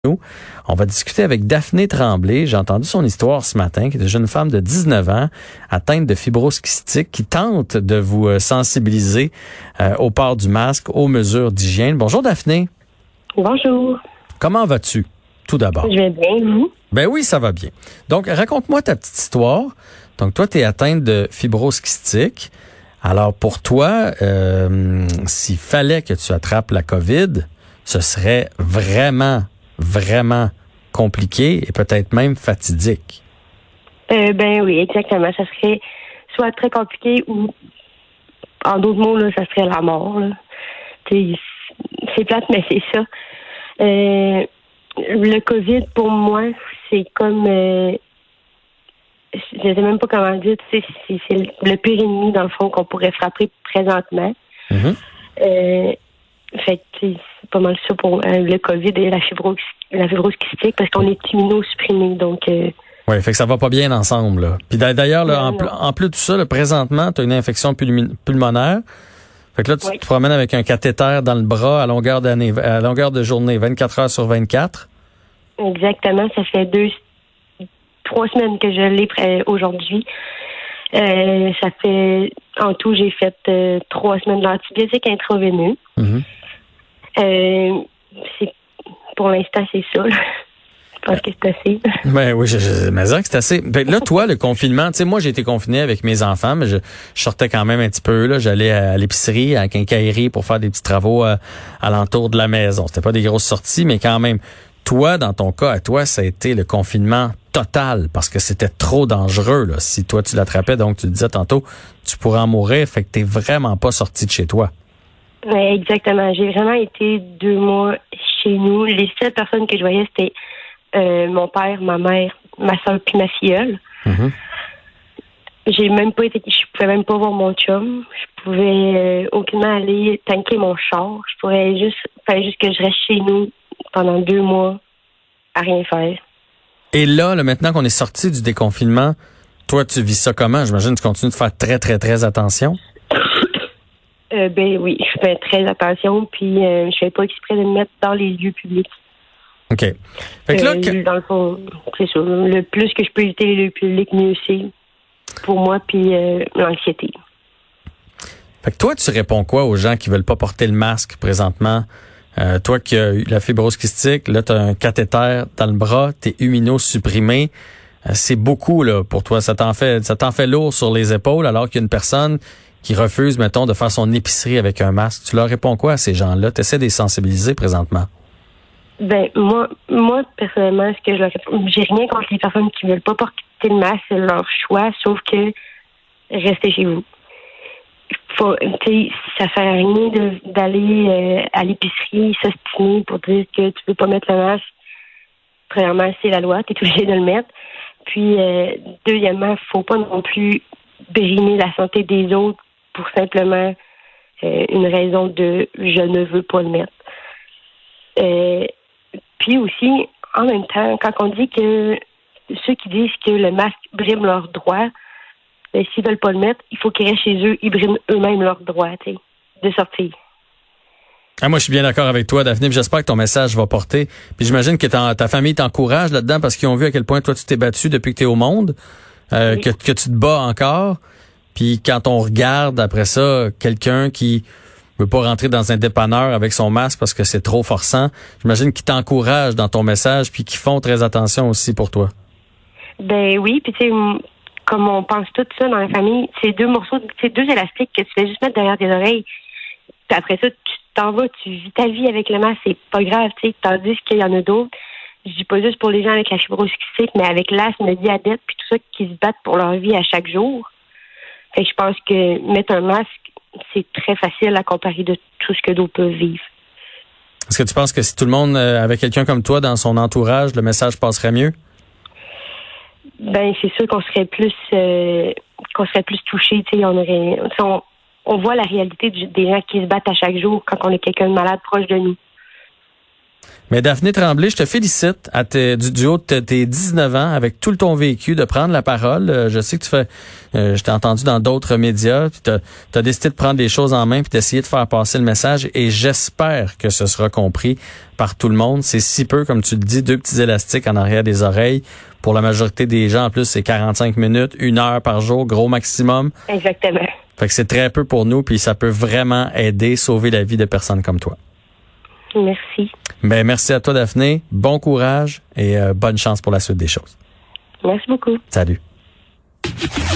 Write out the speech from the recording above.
nous. On va discuter avec Daphné Tremblay. J'ai entendu son histoire ce matin, qui est une jeune femme de 19 ans, atteinte de fibrose kystique, qui tente de vous sensibiliser au port du masque, aux mesures d'hygiène. Bonjour Daphné. Bonjour. Comment vas-tu, tout d'abord? Je vais bien, vous? Ben oui, ça va bien. Donc, raconte-moi ta petite histoire. Donc, toi, tu es atteinte de fibrose kystique. Alors, pour toi, s'il fallait que tu attrapes la COVID, ce serait vraiment, vraiment compliqué et peut-être même fatidique. Ben oui, exactement. Ça serait soit très compliqué ou, en d'autres mots, là, ça serait la mort. Là. C'est plate, mais c'est ça. Le COVID, pour moi, c'est comme... je ne sais même pas comment dire. C'est le pire ennemi, dans le fond, qu'on pourrait frapper présentement. Mm-hmm. Fait que c'est pas mal ça pour le COVID et la fibrose kystique, parce qu'on est immunosupprimé, donc... Oui, fait que ça va pas bien ensemble, là. Puis d'ailleurs, là, en plus de tout ça, là, présentement, tu as une infection pulmonaire. Fait que là, tu te promènes avec un cathéter dans le bras à longueur de journée, 24 heures sur 24. Exactement. Ça fait 3 semaines que je l'ai aujourd'hui. Ça fait, en tout, j'ai fait 3 semaines d'antibiotiques intraveineux. Mm-hmm. Pour l'instant, c'est ça. Là. Je pense que c'est assez. Ben oui, mais c'est assez. Ben là, toi, le confinement, tu sais, moi, j'ai été confiné avec mes enfants, mais je sortais quand même un petit peu, là. J'allais à l'épicerie, à la quincaillerie pour faire des petits travaux alentour de la maison. C'était pas des grosses sorties, mais quand même. Toi, dans ton cas, à toi, ça a été le confinement total parce que c'était trop dangereux, là. Si toi, tu l'attrapais, donc tu disais tantôt, tu pourrais en mourir, fait que t'es vraiment pas sorti de chez toi. Oui, exactement. J'ai vraiment été 2 mois chez nous. Les seules personnes que je voyais, c'était mon père, ma mère, ma soeur puis ma filleule. Mm-hmm. Je pouvais même pas voir mon chum. Je pouvais aucunement aller tanker mon char. Fallait juste que je reste chez nous pendant 2 mois à rien faire. Et là, maintenant qu'on est sorti du déconfinement, toi, tu vis ça comment? J'imagine que tu continues de faire très, très, très attention. Ben oui, je fais très attention, puis je fais pas exprès de me mettre dans les lieux publics. OK. Fait que là, dans le fond, c'est ça. Le plus que je peux éviter les lieux publics, mieux c'est pour moi, puis l'anxiété. Fait que toi, tu réponds quoi aux gens qui veulent pas porter le masque présentement? Toi qui as eu la fibrose kystique, là, tu as un cathéter dans le bras, tu es immunosupprimé. C'est beaucoup là pour toi. Ça t'en fait lourd sur les épaules alors qu'il y a une personne qui refuse, mettons, de faire son épicerie avec un masque. Tu leur réponds quoi à ces gens-là? Tu essaies de les sensibiliser présentement? Ben, moi, personnellement, ce que je leur réponds, j'ai rien contre les personnes qui veulent pas porter le masque, c'est leur choix, sauf que restez chez vous. Ça sert à rien d'aller à l'épicerie s'ostiner pour dire que tu peux pas mettre le masque. Premièrement, c'est la loi, tu es obligé de le mettre. Puis, deuxièmement, faut pas non plus brimer la santé des autres pour simplement une raison de je ne veux pas le mettre. Puis aussi, en même temps, quand on dit que ceux qui disent que le masque brime leurs droits, ben, s'ils veulent pas le mettre, il faut qu'ils restent chez eux, ils briment eux-mêmes leurs droits, de sortir. Ah, moi, je suis bien d'accord avec toi, Daphné, puis j'espère que ton message va porter. Puis j'imagine que ta famille t'encourage là-dedans parce qu'ils ont vu à quel point toi, tu t'es battu depuis que tu es au monde, oui. que tu te bats encore. Puis quand on regarde après ça, quelqu'un qui veut pas rentrer dans un dépanneur avec son masque parce que c'est trop forçant, j'imagine qu'ils t'encouragent dans ton message puis qu'ils font très attention aussi pour toi. Ben oui, puis tu sais, comme on pense tout ça dans la famille, c'est 2 morceaux, c'est 2 élastiques que tu fais juste mettre derrière tes oreilles. Puis après ça, tu t'en vas, tu vis ta vie avec le masque, c'est pas grave, tu sais, tandis qu'il y en a d'autres. Je dis pas juste pour les gens avec la fibrose kystique, mais avec l'asthme, le diabète, puis tout ça, qui se battent pour leur vie à chaque jour. Fait que je pense que mettre un masque, c'est très facile à comparer de tout ce que d'autres peuvent vivre. Est-ce que tu penses que si tout le monde avait quelqu'un comme toi dans son entourage, le message passerait mieux? Ben, c'est sûr qu'on serait plus touchés, tu sais, on voit la réalité des gens qui se battent à chaque jour quand on a quelqu'un de malade proche de nous. Mais Daphné Tremblay, je te félicite du haut de tes 19 ans, avec tout ton vécu, de prendre la parole. Je sais que tu fais, je t'ai entendu dans d'autres médias, puis t'as décidé de prendre les choses en main puis d'essayer de faire passer le message, et j'espère que ce sera compris par tout le monde. C'est si peu, comme tu le dis, 2 petits élastiques en arrière des oreilles. Pour la majorité des gens, en plus, c'est 45 minutes, 1 heure par jour, gros maximum. Exactement. Fait que c'est très peu pour nous, puis ça peut vraiment aider, sauver la vie de personnes comme toi. Merci. Ben, merci à toi, Daphné. Bon courage et bonne chance pour la suite des choses. Merci beaucoup. Salut.